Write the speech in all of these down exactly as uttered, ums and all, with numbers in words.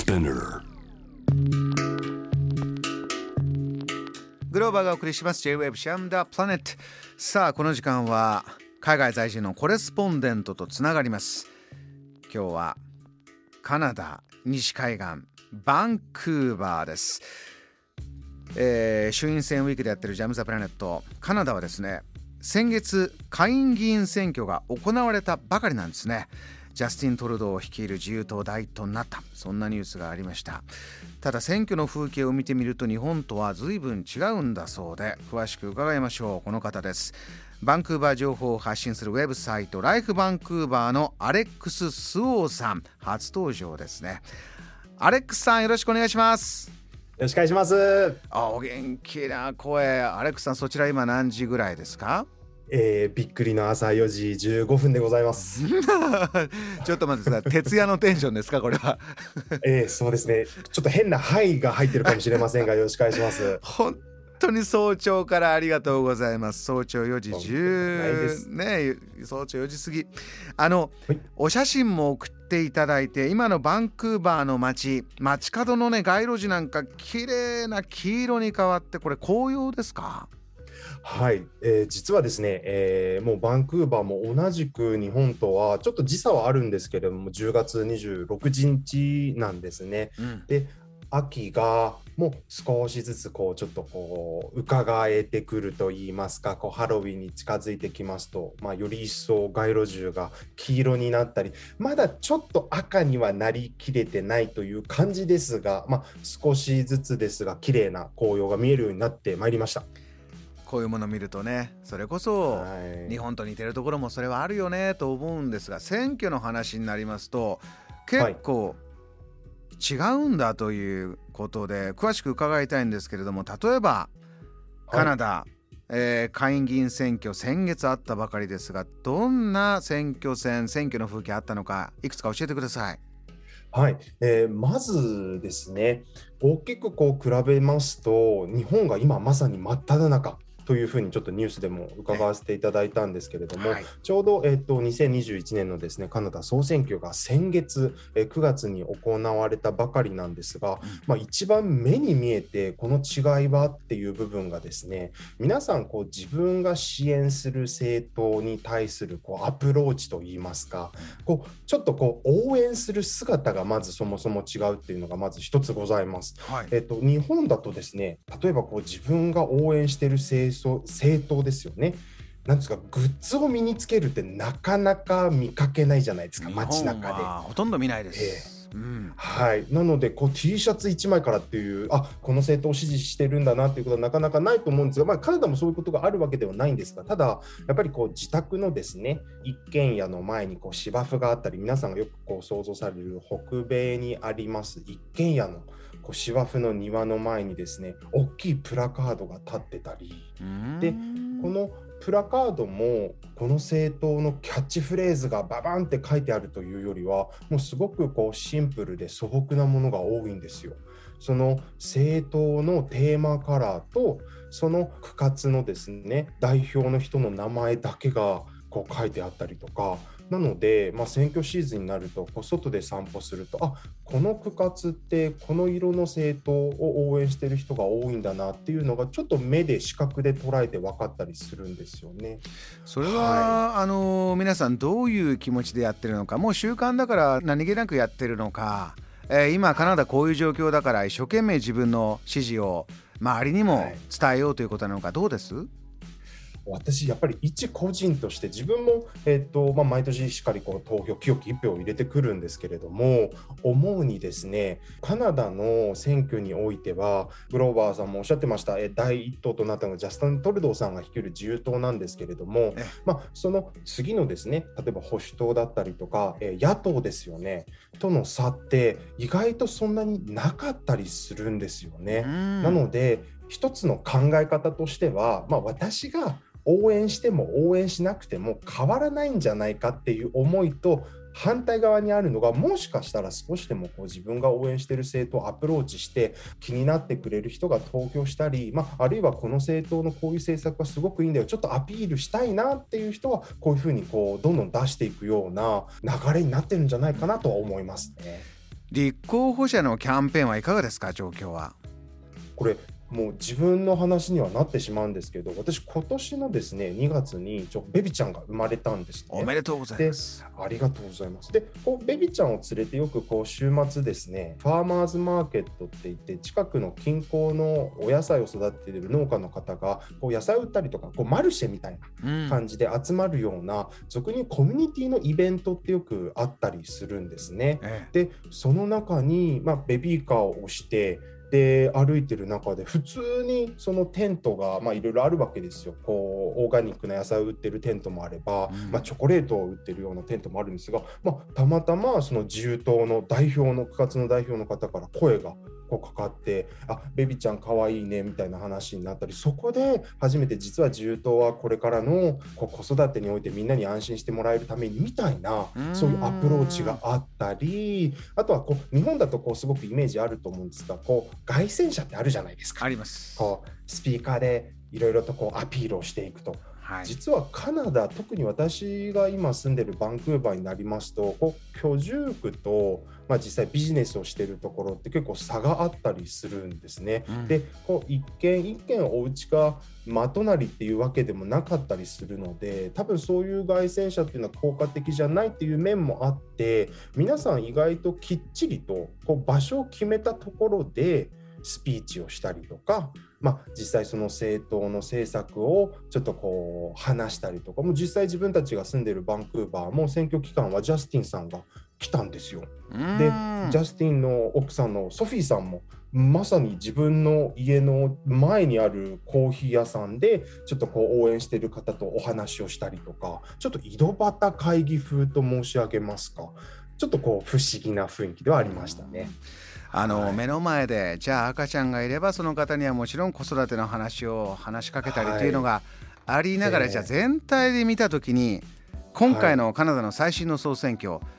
Spinner。 グローバーがお送りします J-Wave シャムダプラネット。さあこの時間は海外在住のコレスポンデントとつながります。今日はカナダ西海岸バンクーバーです。えー、衆院選ウィークでやってるジャムザプラネット。カナダはですね、先月下院議員選挙が行われたばかりなんですね。ジャスティン・トルドーを率いる自由党第一党になった、そんなニュースがありました。ただ選挙の風景を見てみると日本とは随分違うんだそうで、詳しく伺いましょう。この方です。バンクーバー情報を発信するウェブサイトライフバンクーバーのアレックス・スオーさん、初登場ですね。アレックスさん、よろしくお願いします。 よろしくお願いします。 あ、お元気な声。アレックスさん、そちら今何時ぐらいですか？ えー、びっくりの朝よじじゅうごふんでございます。 ちょっと待ってください。徹夜のテンションですかこれは？ えー、そうですね。ちょっと変なハイが入ってるかもしれませんがよろしくお願いします。 本当に早朝からありがとうございます。早朝よじじゅうね、早朝よじ過ぎ。あの、はい、お写真も送っていただいて、今のバンクーバーの街、街角のね街路樹なんか綺麗な黄色に変わって、これ紅葉ですか？ はい、えー、実はですね、えー、もうバンクーバーも同じく日本とはちょっと時差はあるんですけれども、じゅうがつにじゅうろくにちなんですね、うん、で秋がもう少しずつこうちょっとこう伺えてくるといいますか、こうハロウィンに近づいてきますと、まあ、より一層街路樹が黄色になったり、まだちょっと赤にはなりきれてないという感じですが、まあ、少しずつですが綺麗な紅葉が見えるようになってまいりました。 こういうものを見るとね、それこそ日本と似てるところもそれはあるよねと思うんですが、選挙の話になりますと結構違うんだということで詳しく伺いたいんですけれども、例えばカナダ、はい、えー、下院議員選挙先月あったばかりですが、どんな選挙戦選挙の風景あったのか、いくつか教えてください。 はい、えー、まずですね、大きくこう比べますと日本が今まさに真っ只中というふうにちょっとニュースでも伺わせていただいたんですけれども、はい、ちょうど、えー、とにせんにじゅういちねんのですねカナダ総選挙が先月、えー、くがつに行われたばかりなんですが、うん、まあ、一番目に見えてこの違いはっていう部分がですね、皆さんこう自分が支援する政党に対するこうアプローチといいますか、こうちょっとこう応援する姿がまずそもそも違うっていうのがまず一つございます。はい、えー、と日本だとですね、例えばこう自分が応援している政政党ですよね、なんですか、グッズを身につけるってなかなか見かけないじゃないですか、街中で。日本はほとんど見ないです、 えーうん、はい、なのでこう T シャツいちまいからっていう、あ、この政党を支持してるんだなっていうことはなかなかないと思うんですが、まあ、カナダもそういうことがあるわけではないんですが、ただやっぱりこう自宅のですね一軒家の前にこう芝生があったり、皆さんがよくこう想像される北米にあります一軒家のこう芝生の庭の前にですね大きいプラカードが立ってたりで、このプラカードもこの政党のキャッチフレーズがババンって書いてあるというよりは、もうすごくこうシンプルで素朴なものが多いんですよ。その政党のテーマカラーとその区画のですね代表の人の名前だけがこう書いてあったりとか、なので、まあ、選挙シーズンになるとこう外で散歩すると、あ、この区画ってこの色の政党を応援している人が多いんだなっていうのがちょっと目で視覚で捉えて分かったりするんですよね。 それは、はい、あの皆さんどういう気持ちでやってるのか、もう習慣だから何気なくやってるのか、えー、今カナダこういう状況だから一生懸命自分の支持を周りにも伝えようということなのか、どうです？ 私やっぱり一個人として自分も、えーとまあ、毎年しっかりこう投票清き一票を入れてくるんですけれども、思うにですね、カナダの選挙においてはグローバーさんもおっしゃってました、え第一党となったのがジャスティン・トルドーさんが率いる自由党なんですけれども、まあ、その次のですね、例えば保守党だったりとか、え野党ですよねとの差って意外とそんなになかったりするんですよね。なので一つの考え方としては、まあ、私が応援しても応援しなくても変わらないんじゃないかっていう思いと、反対側にあるのが、もしかしたら少しでもこう自分が応援している政党をアプローチして気になってくれる人が投票したり、まあ、あるいはこの政党のこういう政策はすごくいいんだよ、ちょっとアピールしたいなっていう人はこういうふうにこうどんどん出していくような流れになってるんじゃないかなとは思いますね。 立候補者のキャンペーンはいかがですか、状況は。 これもう自分の話にはなってしまうんですけど、私今年のですねにがつにちょベビちゃんが生まれたんですね。 おめでとうございます。 ありがとうございます。でこうベビちゃんを連れてよくこう週末ですね、ファーマーズマーケットって言って、近くの近郊のお野菜を育てている農家の方がこう野菜を売ったりとか、こうマルシェみたいな感じで集まるような、うん、俗にコミュニティのイベントってよくあったりするんですね、ええ、でその中に、まあ、ベビーカーを押してで歩いてる中で普通にそのテントがまあいろいろあるわけですよ。こうオーガニックな野菜を売ってるテントもあれば、うんまあ、チョコレートを売ってるようなテントもあるんですが、まあ、たまたまその自由党の代表の区活の代表の方から声がこうかかって、あベビちゃんかわいいねみたいな話になったり、そこで初めて実は自由党はこれからのこう子育てにおいてみんなに安心してもらえるためにみたいな、そういうアプローチがあったり、あとはこう日本だとこうすごくイメージあると思うんですが、こう凱旋車ってあるじゃないですか。 あります。 こうスピーカーでいろいろとこうアピールをしていくと、はい、実はカナダ、特に私が今住んでるバンクーバーになりますと、こう居住区と、まあ、実際ビジネスをしているところって結構差があったりするんですね、うん、でこう一軒一軒お家が真隣っていうわけでもなかったりするので、多分そういう凱旋車っていうのは効果的じゃないっていう面もあって、皆さん意外ときっちりとこう場所を決めたところでスピーチをしたりとか、まあ、実際その政党の政策をちょっとこう話したりとか、もう実際自分たちが住んでるバンクーバーも選挙期間はジャスティンさんが来たんですよ。でジャスティンの奥さんのソフィーさんもまさに自分の家の前にあるコーヒー屋さんでちょっとこう応援している方とお話をしたりとか、ちょっと井戸端会議風と申し上げますか、ちょっとこう不思議な雰囲気ではありましたね。 あの、 はい、 目の前でじゃあ赤ちゃんがいればその方にはもちろん子育ての話を話しかけたりというのがありながら、はい、じゃあ全体で見たときに今回のカナダの最新の総選挙、はい、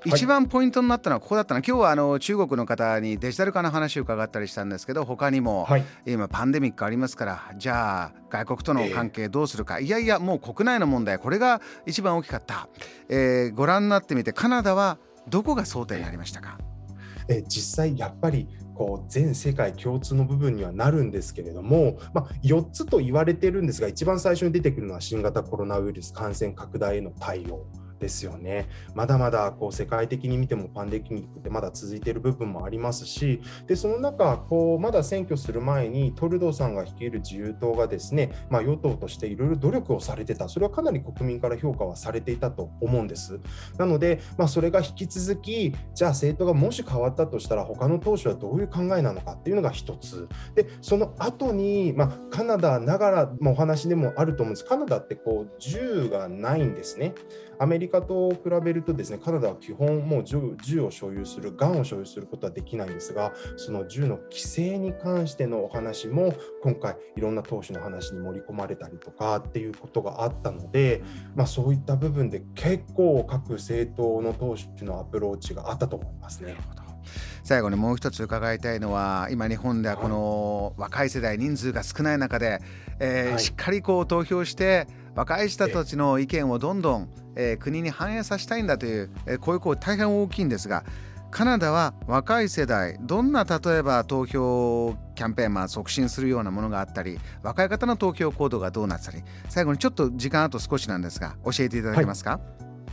一番ポイントになったのはここだったの。今日はあの中国の方にデジタル化の話を伺ったりしたんですけど、他にも今パンデミックありますから、じゃあ外国との関係どうするか、いやいやもう国内の問題、これが一番大きかった、えー、ご覧になってみてカナダはどこが争点になりましたか。 え実際やっぱりこう全世界共通の部分にはなるんですけれども、まあ、よっつと言われてるんですが、一番最初に出てくるのは新型コロナウイルス感染拡大への対応ですよね。まだまだこう世界的に見てもパンデミックってまだ続いている部分もありますし、でその中こうまだ選挙する前にトルドーさんが率いる自由党がですね、まあ、与党としていろいろ努力をされてた、それはかなり国民から評価はされていたと思うんです。なので、まあ、それが引き続きじゃあ政党がもし変わったとしたら他の党首はどういう考えなのかっていうのが一つで、その後に、まあ、カナダながら、まあ、お話でもあると思うんです。カナダってこう銃がないんですね。アメリカと比べるとですね、カナダは基本もう 銃, 銃を所有する、ガンを所有することはできないんですが、その銃の規制に関してのお話も今回いろんな党首の話に盛り込まれたりとかっていうことがあったので、まあ、そういった部分で結構各政党の党首のアプローチがあったと思いますね。 最後にもう一つ伺いたいのは、今日本ではこの若い世代人数が少ない中で、えーはい、しっかりこう投票して若い人たちの意見をどんどん、えー、国に反映させたいんだという、えー、こういう声大変大きいんですが、カナダは若い世代どんな例えば投票キャンペーン、まあ、促進するようなものがあったり、若い方の投票行動がどうなったり、最後にちょっと時間あと少しなんですが教えていただけますか。はい、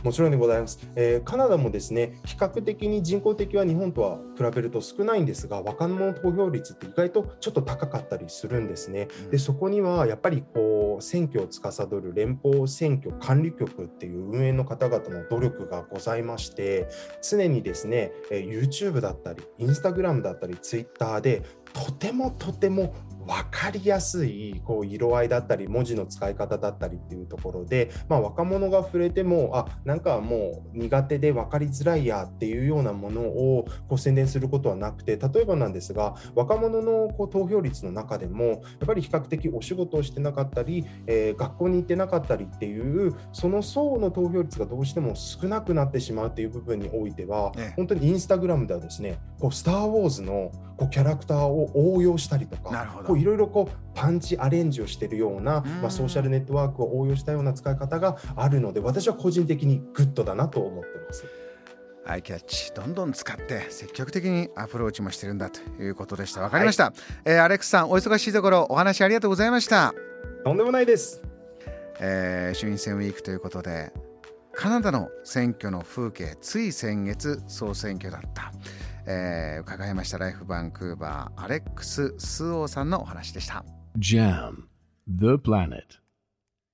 もちろんでございます、えー、カナダもですね、比較的に人口的は日本とは比べると少ないんですが、若者の投票率って意外とちょっと高かったりするんですね。でそこにはやっぱりこう選挙を司る連邦選挙管理局っていう運営の方々の努力がございまして、常にですね、えー、YouTube だったり Instagram だったり Twitter でとてもとても分かりやすいこう色合いだったり文字の使い方だったりっていうところで、まあ、若者が触れてもあなんかもう苦手で分かりづらいやっていうようなものをこう宣伝することはなくて、例えばなんですが、若者のこう投票率の中でもやっぱり比較的お仕事をしてなかったり、えー、学校に行ってなかったりっていうその層の投票率がどうしても少なくなってしまうっていう部分においては、ええ、本当にインスタグラムではですね、こうスター・ウォーズのこうキャラクターを応用したりとか、こういろいろこうパンチアレンジをしているような、まあ、ソーシャルネットワークを応用したような使い方があるので、私は個人的にグッドだなと思ってます。 あアイキャッチどんどん使って積極的にアプローチもしてるんだということでした。わかりました、はいえー、アレックスさんお忙しいところお話ありがとうございました。 とんでもないです、 えー、衆院選ウィークということでカナダの選挙の風景つい先月総選挙だった、えー、伺いました。ライフバンクーバーアレックス・スーオーさんのお話でした。 ジャム The Planet